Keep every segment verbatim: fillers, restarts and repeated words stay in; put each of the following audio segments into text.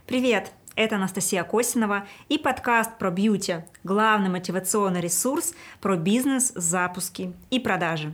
Привет! Это Анастасия Косинова и подкаст про бьюти, главный мотивационный ресурс про бизнес, запуски и продажи.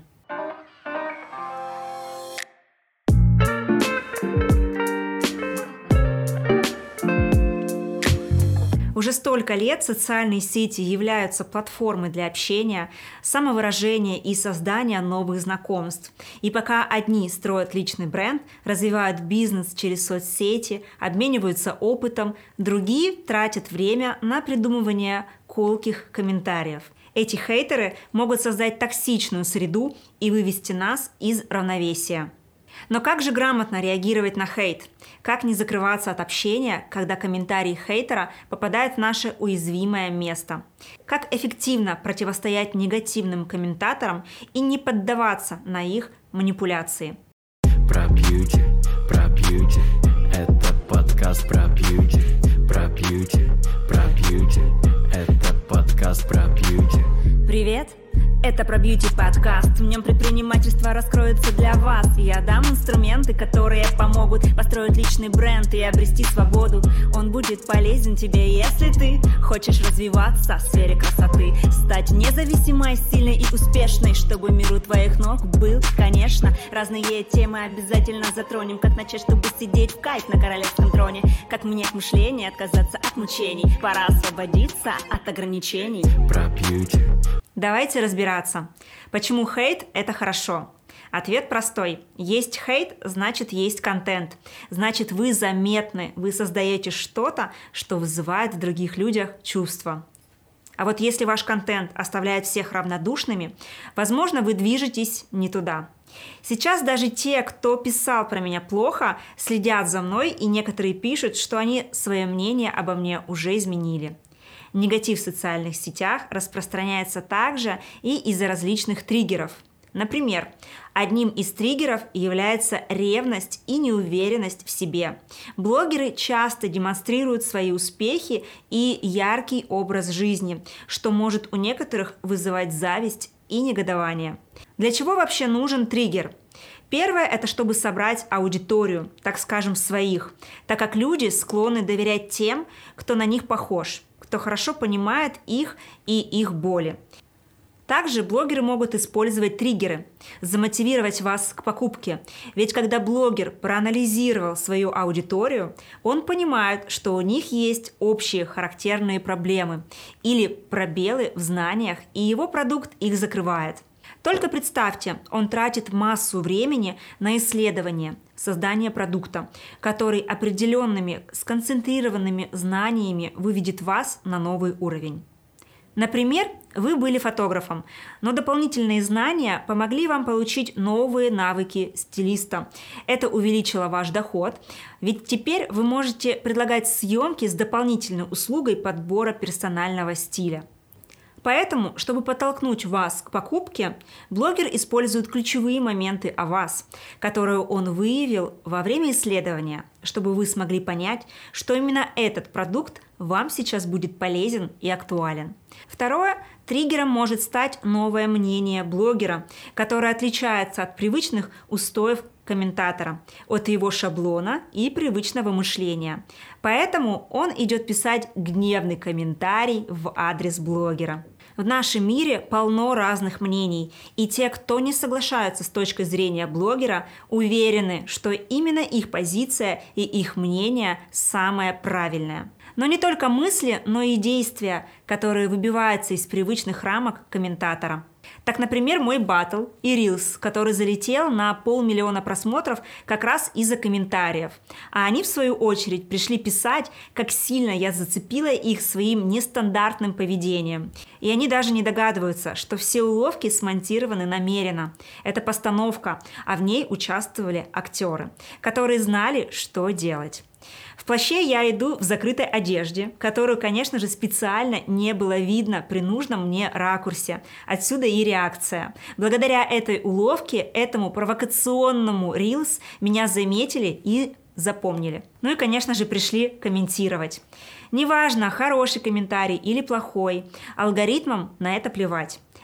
Уже столько лет социальные сети являются платформой для общения, самовыражения и создания новых знакомств. И пока одни строят личный бренд, развивают бизнес через соцсети, обмениваются опытом, другие тратят время на придумывание колких комментариев. Эти хейтеры могут создать токсичную среду и вывести нас из равновесия. Но как же грамотно реагировать на хейт? Как не закрываться от общения, когда комментарий хейтера попадает в наше уязвимое место? Как эффективно противостоять негативным комментаторам и не поддаваться на их манипуляции? Про бьюти, про бьюти, это подкаст про бьюти, про бьюти, про бьюти, это подкаст про бьюти. Привет! Это про бьюти подкаст. В нем предпринимательство раскроется для вас. Я дам инструменты, которые помогут построить личный бренд и обрести свободу. Он будет полезен тебе, если ты хочешь развиваться в сфере красоты, стать независимой, сильной и успешной, чтобы мир у твоих ног был, конечно. Разные темы обязательно затронем. Как начать, чтобы сидеть в кайф на королевском троне, как менять мышление, отказаться от мучений. Пора освободиться от ограничений. Про бьюти. Давайте разбираться. Почему хейт – это хорошо? Ответ простой. Есть хейт, значит есть контент. Значит вы заметны, вы создаете что-то, что вызывает в других людях чувства. А вот если ваш контент оставляет всех равнодушными, возможно, вы движетесь не туда. Сейчас даже те, кто писал про меня плохо, следят за мной, и некоторые пишут, что они свое мнение обо мне уже изменили. Негатив в социальных сетях распространяется также и из-за различных триггеров. Например, одним из триггеров является ревность и неуверенность в себе. Блогеры часто демонстрируют свои успехи и яркий образ жизни, что может у некоторых вызывать зависть и негодование. Для чего вообще нужен триггер? Первое – это чтобы собрать аудиторию, так скажем, своих, так как люди склонны доверять тем, кто на них похож, кто хорошо понимает их и их боли. Также блогеры могут использовать триггеры, замотивировать вас к покупке. Ведь когда блогер проанализировал свою аудиторию, он понимает, что у них есть общие характерные проблемы или пробелы в знаниях, и его продукт их закрывает. Только представьте, он тратит массу времени на исследование, создание продукта, который определенными сконцентрированными знаниями выведет вас на новый уровень. Например, вы были фотографом, но дополнительные знания помогли вам получить новые навыки стилиста. Это увеличило ваш доход, ведь теперь вы можете предлагать съемки с дополнительной услугой подбора персонального стиля. Поэтому, чтобы подтолкнуть вас к покупке, блогер использует ключевые моменты о вас, которые он выявил во время исследования, чтобы вы смогли понять, что именно этот продукт вам сейчас будет полезен и актуален. Второе. Триггером может стать новое мнение блогера, которое отличается от привычных устоев комментатора, от его шаблона и привычного мышления. Поэтому он идет писать гневный комментарий в адрес блогера. В нашем мире полно разных мнений, и те, кто не соглашаются с точкой зрения блогера, уверены, что именно их позиция и их мнение самое правильное. Но не только мысли, но и действия, которые выбиваются из привычных рамок комментатора. Так, например, мой баттл и рилс, который залетел на полмиллиона просмотров как раз из-за комментариев. А они, в свою очередь, пришли писать, как сильно я зацепила их своим нестандартным поведением. И они даже не догадываются, что все уловки смонтированы намеренно. Это постановка, а в ней участвовали актеры, которые знали, что делать. В плаще я иду в закрытой одежде, которую, конечно же, специально не было видно при нужном мне ракурсе. Отсюда и реакция. Благодаря этой уловке, этому провокационному рилс, меня заметили и запомнили. Ну и, конечно же, пришли комментировать. Неважно, хороший комментарий или плохой, алгоритмам на это плевать.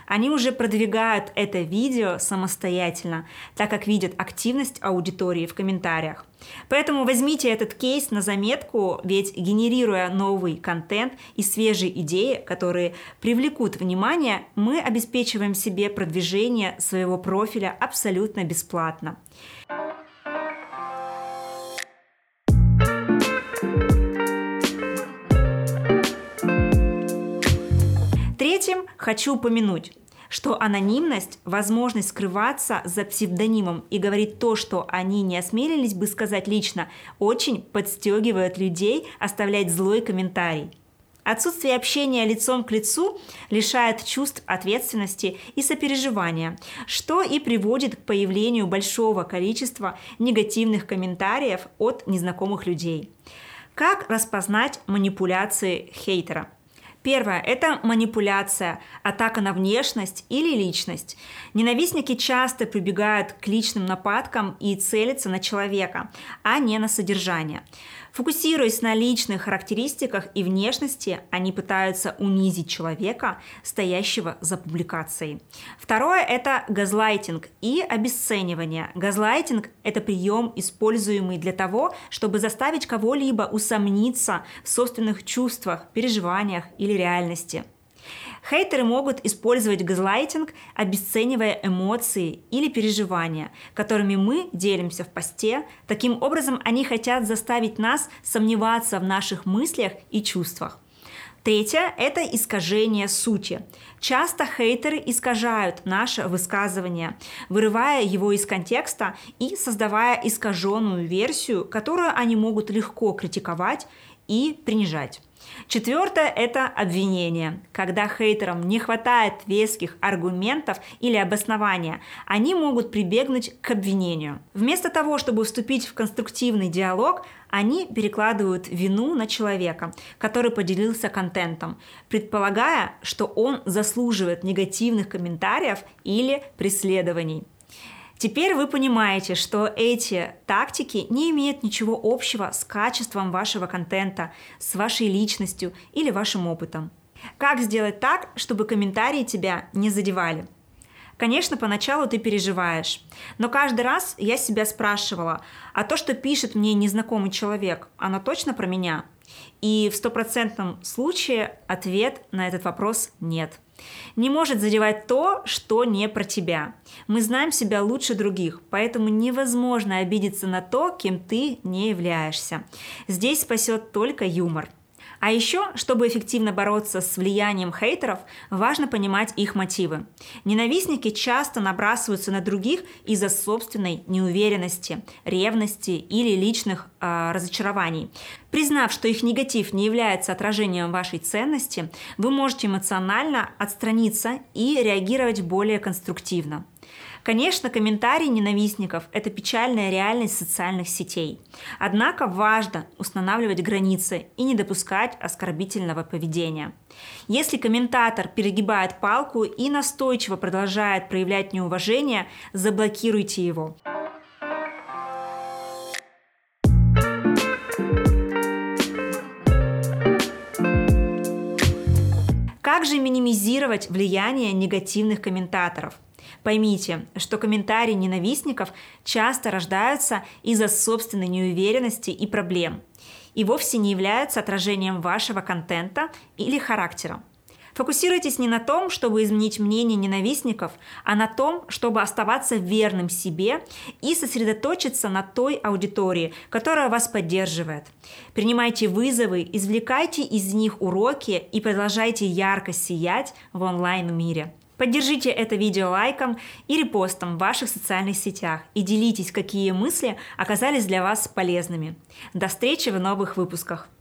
Они уже продвигают это видео самостоятельно, так как видят активность аудитории в комментариях. Поэтому возьмите этот кейс на заметку, ведь генерируя новый контент и свежие идеи, которые привлекут внимание, мы обеспечиваем себе продвижение своего профиля абсолютно бесплатно. Третьим хочу упомянуть, что анонимность, возможность скрываться за псевдонимом и говорить то, что они не осмелились бы сказать лично, очень подстегивает людей оставлять злой комментарий. Отсутствие общения лицом к лицу лишает чувств ответственности и сопереживания, что и приводит к появлению большого количества негативных комментариев от незнакомых людей. Как распознать манипуляции хейтера? Первое – это манипуляция, атака на внешность или личность. Ненавистники часто прибегают к личным нападкам и целятся на человека, а не на содержание. Фокусируясь на личных характеристиках и внешности, они пытаются унизить человека, стоящего за публикацией. Второе – это газлайтинг и обесценивание. Газлайтинг – это прием, используемый для того, чтобы заставить кого-либо усомниться в собственных чувствах, переживаниях или реальности. Хейтеры могут использовать газлайтинг, обесценивая эмоции или переживания, которыми мы делимся в посте. Таким образом, они хотят заставить нас сомневаться в наших мыслях и чувствах. Третье – это искажение сути. Часто хейтеры искажают наше высказывание, вырывая его из контекста и создавая искаженную версию, которую они могут легко критиковать и принижать. Четвертое – это обвинение. Когда хейтерам не хватает веских аргументов или обоснования, они могут прибегнуть к обвинению. Вместо того, чтобы вступить в конструктивный диалог, они перекладывают вину на человека, который поделился контентом, предполагая, что он заслуживает негативных комментариев или преследований. Теперь вы понимаете, что эти тактики не имеют ничего общего с качеством вашего контента, с вашей личностью или вашим опытом. Как сделать так, чтобы комментарии тебя не задевали? Конечно, поначалу ты переживаешь, но каждый раз я себя спрашивала, а то, что пишет мне незнакомый человек, оно точно про меня? И в стопроцентном случае ответ на этот вопрос – нет. Не может задевать то, что не про тебя. Мы знаем себя лучше других, поэтому невозможно обидеться на то, кем ты не являешься. Здесь спасет только юмор. А еще, чтобы эффективно бороться с влиянием хейтеров, важно понимать их мотивы. Ненавистники часто набрасываются на других из-за собственной неуверенности, ревности или личных э, разочарований. Признав, что их негатив не является отражением вашей ценности, вы можете эмоционально отстраниться и реагировать более конструктивно. Конечно, комментарии ненавистников – это печальная реальность социальных сетей. Однако важно устанавливать границы и не допускать оскорбительного поведения. Если комментатор перегибает палку и настойчиво продолжает проявлять неуважение, заблокируйте его. Как же минимизировать влияние негативных комментаторов? Поймите, что комментарии ненавистников часто рождаются из-за собственной неуверенности и проблем и вовсе не являются отражением вашего контента или характера. Фокусируйтесь не на том, чтобы изменить мнение ненавистников, а на том, чтобы оставаться верным себе и сосредоточиться на той аудитории, которая вас поддерживает. Принимайте вызовы, извлекайте из них уроки и продолжайте ярко сиять в онлайн-мире. Поддержите это видео лайком и репостом в ваших социальных сетях и делитесь, какие мысли оказались для вас полезными. До встречи в новых выпусках!